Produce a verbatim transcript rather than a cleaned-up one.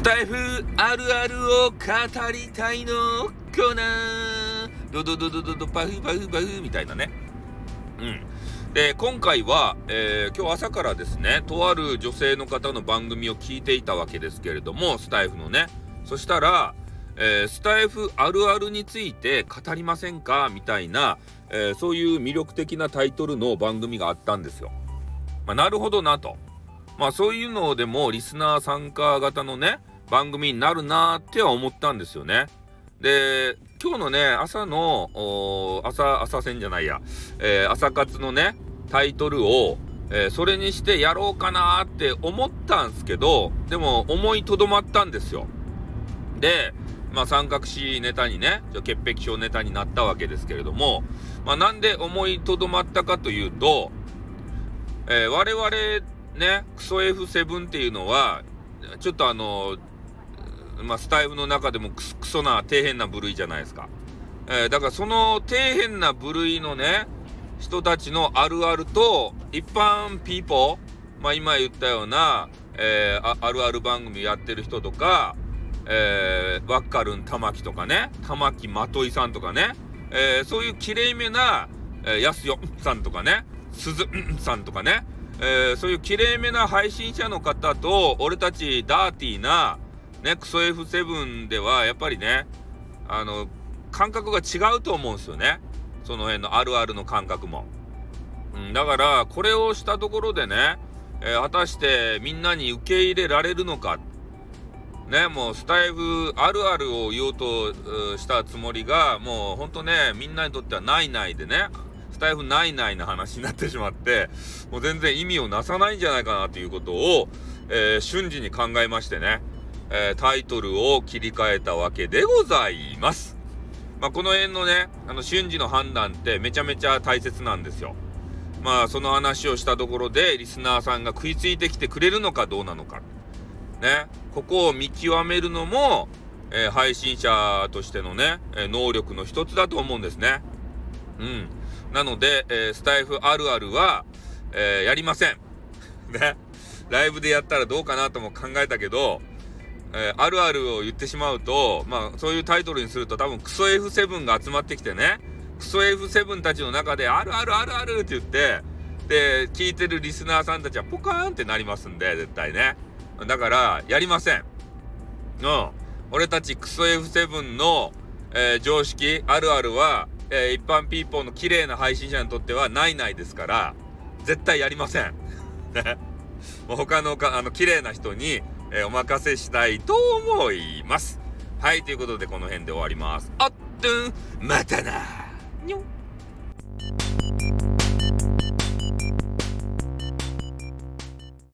タイフあるあるを語りたいのコーナー、ドドドドドドパフパフパフみたいなね。うんで今回は、えー、今日朝からですね、とある女性の方の番組を聞いていたわけですけれども、スタイフのね。そしたら、えー、スタイフあるあるについて語りませんかみたいな、えー、そういう魅力的なタイトルの番組があったんですよ。まあ、なるほどなと。まあそういうのでもリスナー参加型のね番組になるなーっては思ったんですよね。で今日のね朝の朝朝戦じゃないや、えー、朝活のねタイトルを、えー、それにしてやろうかなーって思ったんですけど、でも思いとどまったんですよ。でまあ三角詞ネタにね潔癖症ネタになったわけですけれども、まあなんで思いとどまったかというと、えー、我々ねクソ エフセブン っていうのはちょっとあのまあスタイフの中でもクソ、クソな底辺な部類じゃないですか。えー、だからその底辺な部類のね人たちのあるあると一般ピーポー、まあ今言ったような、えー、あ, あるある番組やってる人とか、えー、ワッカルン玉木とかね、玉木まといさんとかね、えー、そういうきれいめな、えー、やすよさんとかね、すずさんとかね、えー、そういうきれいめな配信者の方と俺たちダーティーなねクソ エフセブン ではやっぱりねあの感覚が違うと思うんですよね。その辺のあるあるの感覚も、うん、だからこれをしたところでね、えー、果たしてみんなに受け入れられるのかね。もうスタイフあるあるを言おうとしたつもりがもうほんとねみんなにとってはないないでね、スタイフないないな話になってしまって、もう全然意味をなさないんじゃないかなということを、えー、瞬時に考えましてね、えー、タイトルを切り替えたわけでございます。まあこの辺のねあの瞬時の判断ってめちゃめちゃ大切なんですよ。まあその話をしたところでリスナーさんが食いついてきてくれるのかどうなのかね、ここを見極めるのも、えー、配信者としてのね、えー、能力の一つだと思うんですね。うんなので、えー、スタイフあるあるは、えー、やりませんね。ライブでやったらどうかなとも考えたけど、えー、あるあるを言ってしまうと、まあそういうタイトルにすると多分クソ エフセブン が集まってきてね、クソ エフセブン たちの中であるあるあるあるって言って、で聞いてるリスナーさんたちはポカーンってなりますんで、絶対ね。だからやりません。うん。俺たちクソ エフセブン の、えー、常識あるあるは、えー、一般ピーポーの綺麗な配信者にとってはないないですから絶対やりませんね。もう他のかあの綺麗な人に、えー、お任せしたいと思います。はいということでこの辺で終わります。あっとまたなにょ